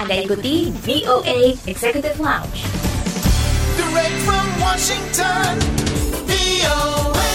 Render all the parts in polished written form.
Anda ikuti VOA Executive Lounge. Direct from Washington, VOA.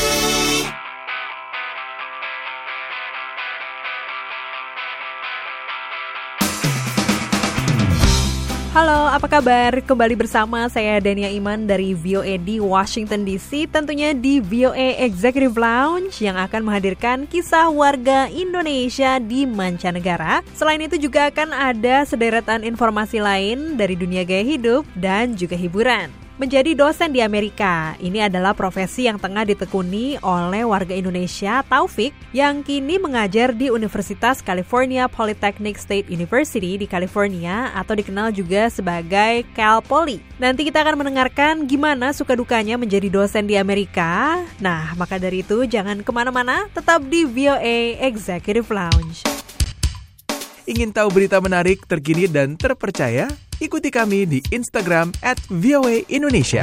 Halo, apa kabar? Kembali bersama saya Dania Iman dari VOA di Washington DC, tentunya di VOA Executive Lounge yang akan menghadirkan kisah warga Indonesia di mancanegara. Selain itu juga akan ada sederetan informasi lain dari dunia gaya hidup dan juga hiburan. Menjadi dosen di Amerika, ini adalah profesi yang tengah ditekuni oleh warga Indonesia, Taufik, yang kini mengajar di Universitas California Polytechnic State University di California atau dikenal juga sebagai Cal Poly. Nanti kita akan mendengarkan gimana suka dukanya menjadi dosen di Amerika. Nah, maka dari itu jangan kemana-mana, tetap di VOA Executive Lounge. Ingin tahu berita menarik, terkini, dan terpercaya? Ikuti kami di Instagram @VOA_Indonesia.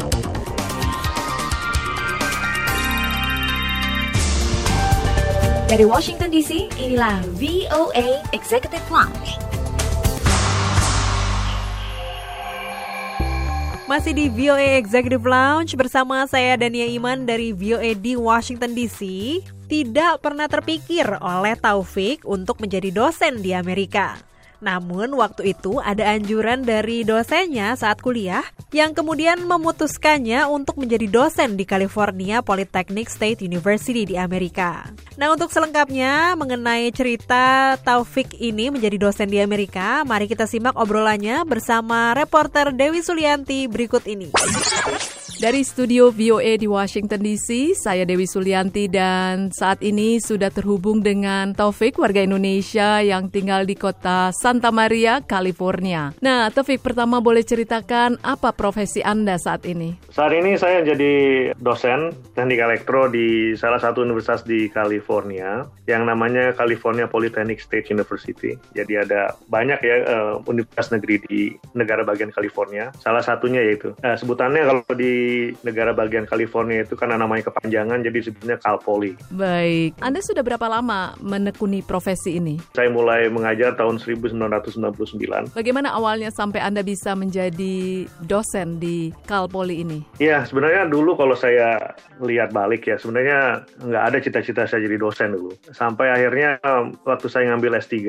Dari Washington DC, inilah VOA Executive Lounge. Masih di VOA Executive Lounge bersama saya Dania Iman dari VOA di Washington DC. Tidak pernah terpikir oleh Taufik untuk menjadi dosen di Amerika. Namun waktu itu ada anjuran dari dosennya saat kuliah yang kemudian memutuskannya untuk menjadi dosen di California Polytechnic State University di Amerika. Nah, untuk selengkapnya mengenai cerita Taufik ini menjadi dosen di Amerika, mari kita simak obrolannya bersama reporter Dewi Sulianti berikut ini. Dari studio VOA di Washington DC, saya Dewi Sulianti dan saat ini sudah terhubung dengan Taufik, warga Indonesia yang tinggal di kota Santa Maria, California. Nah, Taufik, pertama boleh ceritakan apa profesi Anda saat ini? Saat ini saya jadi dosen teknik elektro di salah satu universitas di California yang namanya California Polytechnic State University. Jadi ada banyak ya universitas negeri di negara bagian California. Salah satunya yaitu sebutannya kalau di negara bagian California itu karena namanya kepanjangan jadi sebetulnya Cal Poly. Baik, Anda sudah berapa lama menekuni profesi ini? Saya mulai mengajar tahun 1999. Bagaimana awalnya sampai Anda bisa menjadi dosen di Cal Poly ini? Iya, sebenarnya dulu kalau saya lihat balik ya, sebenarnya nggak ada cita-cita saya jadi dosen dulu. Sampai akhirnya waktu saya ngambil S3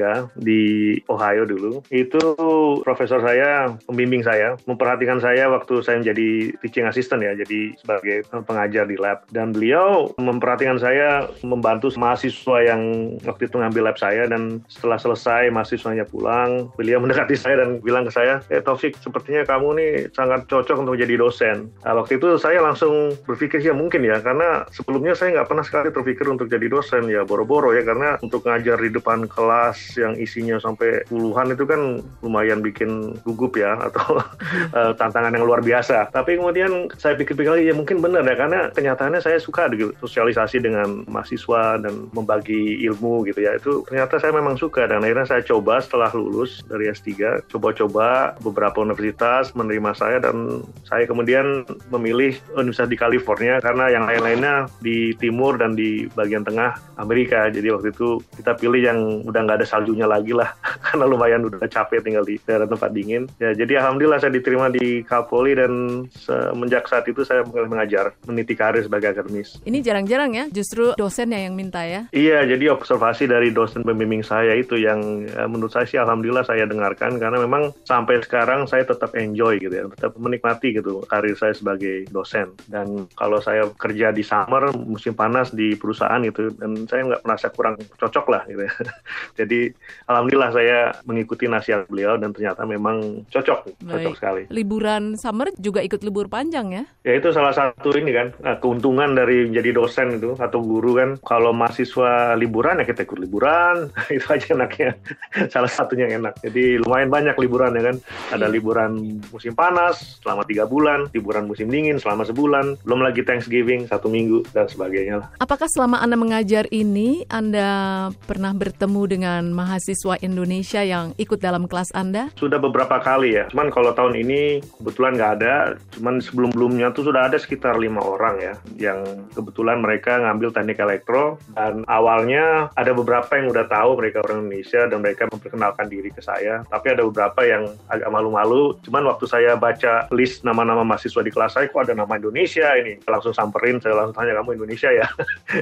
di Ohio dulu, itu profesor saya, pembimbing saya, memperhatikan saya waktu saya menjadi teaching assistant ya, jadi sebagai pengajar di lab. Dan beliau memperhatikan saya membantu mahasiswa yang waktu itu ngambil lab saya, dan setelah selesai mahasiswanya pulang, beliau mendekati saya dan bilang ke saya, Taufik, sepertinya kamu nih sangat cocok untuk jadi dosen. Nah, waktu itu saya langsung berpikir, ya mungkin ya, karena sebelumnya saya nggak pernah sekali terpikir untuk jadi dosen, ya boro-boro ya, karena untuk ngajar di depan kelas yang isinya sampai puluhan itu kan lumayan bikin gugup ya, atau tantangan yang luar biasa. Tapi kemudian saya pikir-pikir lagi, ya mungkin benar ya, karena kenyataannya saya suka sosialisasi dengan mahasiswa dan membagi ilmu gitu ya. Itu ternyata saya memang suka, dan akhirnya saya coba setelah lulus dari S3, coba-coba beberapa universitas menerima saya, dan saya kemudian memilih universitas di California karena yang lain-lainnya di timur dan di bagian tengah Amerika. Jadi waktu itu kita pilih yang udah nggak ada saljunya lagi lah, karena lumayan udah capek tinggal di daerah tempat dingin. Ya, jadi alhamdulillah saya diterima di Cal Poly, dan semenjak saat itu saya mulai mengajar, meniti karir sebagai akademis. Ini jarang-jarang ya, justru dosennya yang minta ya? Iya, jadi observasi dari dosen pembimbing saya itu yang menurut saya sih alhamdulillah saya dengarkan, karena memang sampai sekarang saya tetap enjoy gitu ya, tetap menikmati gitu karir saya sebagai dosen. Dan kalau saya kerja di summer, musim panas di perusahaan gitu, dan saya nggak merasa kurang cocok lah gitu ya. Jadi alhamdulillah saya mengikuti nasihat beliau, dan ternyata memang cocok sekali. Liburan summer juga ikut libur panjang ya? Ya itu salah satu ini kan, keuntungan dari menjadi dosen itu atau guru kan. Kalau mahasiswa liburan ya kita ikut liburan, itu aja enaknya. Salah satunya yang enak. Jadi lumayan banyak liburan ya kan. Ada liburan musim panas selama 3 bulan, liburan musim dingin selama sebulan, belum lagi Thanksgiving 1 minggu dan sebagainya lah. Apakah selama Anda mengajar ini, Anda pernah bertemu dengan mahasiswa Indonesia yang ikut dalam kelas Anda? Sudah beberapa kali ya. Cuman kalau tahun ini kebetulan nggak ada. Cuman sebelum-sebelumnya tuh sudah ada sekitar 5 orang ya, yang kebetulan mereka ngambil teknik elektro, dan awalnya ada beberapa yang udah tahu mereka orang Indonesia, dan mereka memperkenalkan memperkenalkan diri ke saya. Tapi ada beberapa yang agak malu-malu. Cuman waktu saya baca list nama-nama mahasiswa di kelas saya, kok ada nama Indonesia ini. Saya langsung samperin, saya langsung tanya, kamu Indonesia ya?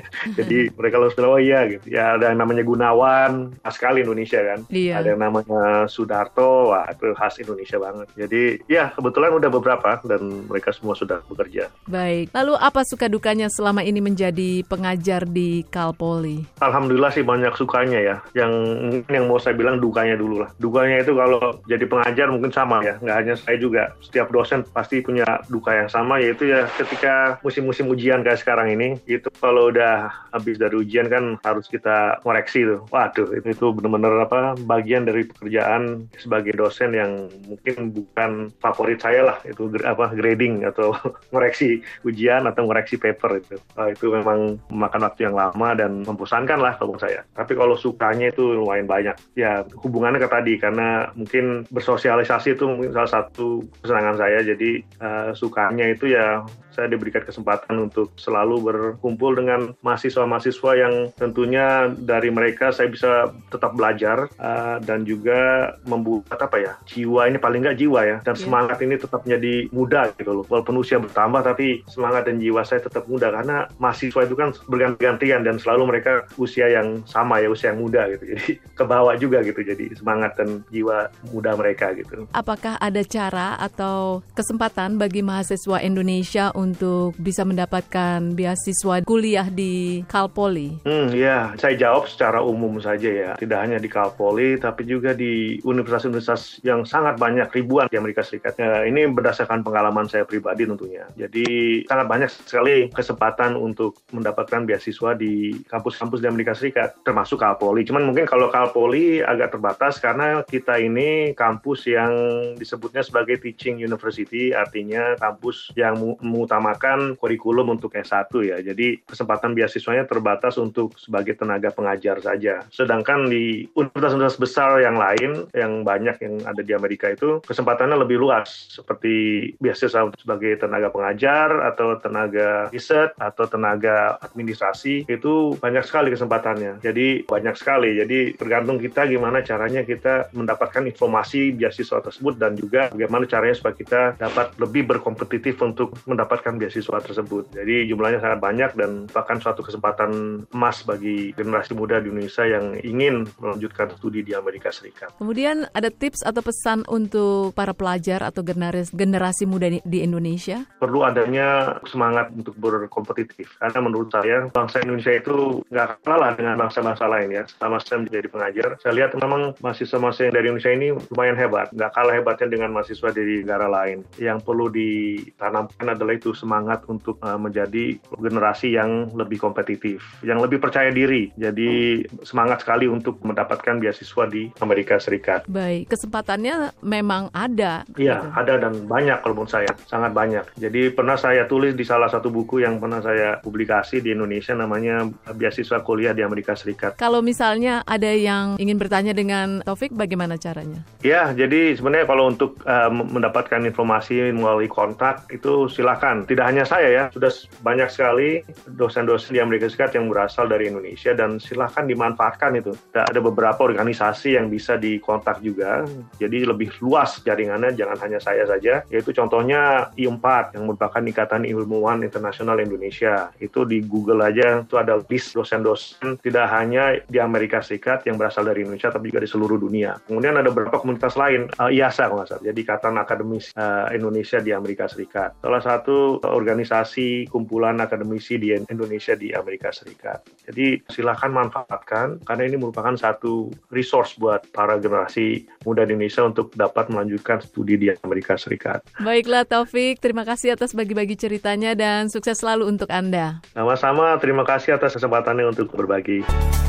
Jadi mereka langsung bilang, oh iya gitu. Ya ada yang namanya Gunawan, khas sekali Indonesia kan. Iya. Ada yang namanya Sudarto, wah itu khas Indonesia banget. Jadi ya kebetulan udah beberapa dan mereka semua sudah bekerja. Baik, lalu apa suka dukanya selama ini menjadi pengajar di Cal Poly? Alhamdulillah sih banyak sukanya ya. Yang mau saya bilang dukanya dulu lah. Dukanya itu kalau jadi pengajar mungkin sama ya. Nggak hanya saya juga. Setiap dosen pasti punya duka yang sama, yaitu ya ketika musim-musim ujian kayak sekarang ini, itu kalau udah habis dari ujian kan harus kita koreksi tuh. Waduh, itu benar-benar bagian dari pekerjaan sebagai dosen yang mungkin bukan favorit saya lah. Itu grading atau koreksi ujian atau koreksi paper itu. Itu memang memakan waktu yang lama dan membosankan lah kalau saya. Tapi kalau sukanya itu lumayan banyak. Ya hubungannya ke tadi, karena mungkin bersosialisasi itu mungkin salah satu kesenangan saya. Jadi sukanya itu ya saya diberikan kesempatan untuk selalu berkumpul dengan mahasiswa-mahasiswa yang tentunya dari mereka saya bisa tetap belajar dan juga membuat jiwa ini, paling nggak jiwa ya, dan semangat ini tetap menjadi muda gitu loh. Walaupun usia bertambah tapi semangat dan jiwa saya tetap muda, karena mahasiswa itu kan berganti-gantian dan selalu mereka usia yang sama ya, usia yang muda gitu. Jadi kebawa juga gitu, jadi semangat dan jiwa muda mereka gitu. Apakah ada cara atau kesempatan bagi mahasiswa Indonesia untuk bisa mendapatkan beasiswa kuliah di Cal Poly? Ya, saya jawab secara umum saja ya. Tidak hanya di Cal Poly, tapi juga di universitas-universitas yang sangat banyak, ribuan di Amerika Serikat. Ya, ini berdasarkan pengalaman saya pribadi tentunya. Jadi sangat banyak sekali kesempatan untuk mendapatkan beasiswa di kampus-kampus di Amerika Serikat, termasuk Cal Poly. Cuman mungkin kalau Cal Poly agak terbatas karena kita ini kampus yang disebutnya sebagai teaching university, artinya kampus yang mengutamakan kurikulum untuk S1 ya. Jadi kesempatan beasiswanya terbatas untuk sebagai tenaga pengajar saja. Sedangkan di universitas-universitas besar yang lain, yang banyak yang ada di Amerika itu, kesempatannya lebih luas. Seperti beasiswa sebagai tenaga pengajar, atau tenaga riset, atau tenaga administrasi, itu banyak sekali kesempatannya. Jadi banyak sekali. Jadi tergantung kita gimana caranya kita mendapatkan informasi beasiswa tersebut, dan juga bagaimana caranya supaya kita dapat lebih berkompetitif untuk mendapatkan beasiswa tersebut. Jadi jumlahnya sangat banyak dan bahkan suatu kesempatan emas bagi generasi muda di Indonesia yang ingin melanjutkan studi di Amerika Serikat. Kemudian ada tips atau pesan untuk para pelajar atau generasi muda di Indonesia? Perlu adanya semangat untuk berkompetitif. Karena menurut saya bangsa Indonesia itu nggak kalah dengan bangsa-bangsa lain ya. Selama saya menjadi pengajar, saya lihat memang mahasiswa-mahasiswa yang dari Indonesia ini lumayan hebat. Nggak kalah hebatnya dengan mahasiswa dari negara lain. Yang perlu ditanamkan adalah itu semangat untuk menjadi generasi yang lebih kompetitif, yang lebih percaya diri. Jadi semangat sekali untuk mendapatkan beasiswa di Amerika Serikat. Baik, kesempatannya memang ada. Iya, ada dan banyak kalau menurut saya, sangat banyak. Jadi pernah saya tulis di salah satu buku yang pernah saya publikasi di Indonesia, namanya Beasiswa Kuliah di Amerika Serikat. Kalau misalnya ada yang ingin bertanya dengan Taufik, bagaimana caranya? Ya, jadi sebenarnya kalau untuk mendapatkan informasi melalui kontak itu silakan. Tidak hanya saya ya, sudah banyak sekali dosen-dosen di Amerika Serikat yang berasal dari Indonesia, dan silakan dimanfaatkan itu. Ada beberapa organisasi yang bisa dikontak juga, jadi lebih luas jaringannya, jangan hanya saya saja. Yaitu contohnya I4 yang merupakan Ikatan Ilmuwan Internasional Indonesia. Itu di Google aja, itu ada list dosen-dosen tidak hanya di Amerika Serikat yang berasal dari Indonesia, tapi juga di seluruh dunia. Kemudian ada beberapa komunitas lain, IASA kalau nggak salah, jadi Ikatan Akademis Indonesia di Amerika Serikat. Salah satu organisasi kumpulan akademisi di Indonesia di Amerika Serikat. Jadi silakan manfaatkan, karena ini merupakan satu resource buat para generasi muda di Indonesia untuk dapat melanjutkan studi di Amerika Serikat. Baiklah Taufik, terima kasih atas bagi-bagi ceritanya dan sukses selalu untuk Anda. Sama-sama, terima kasih atas kesempatannya untuk berbagi.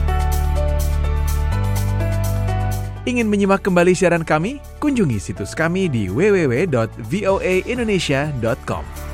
Ingin menyimak kembali siaran kami? Kunjungi situs kami di www.voaindonesia.com.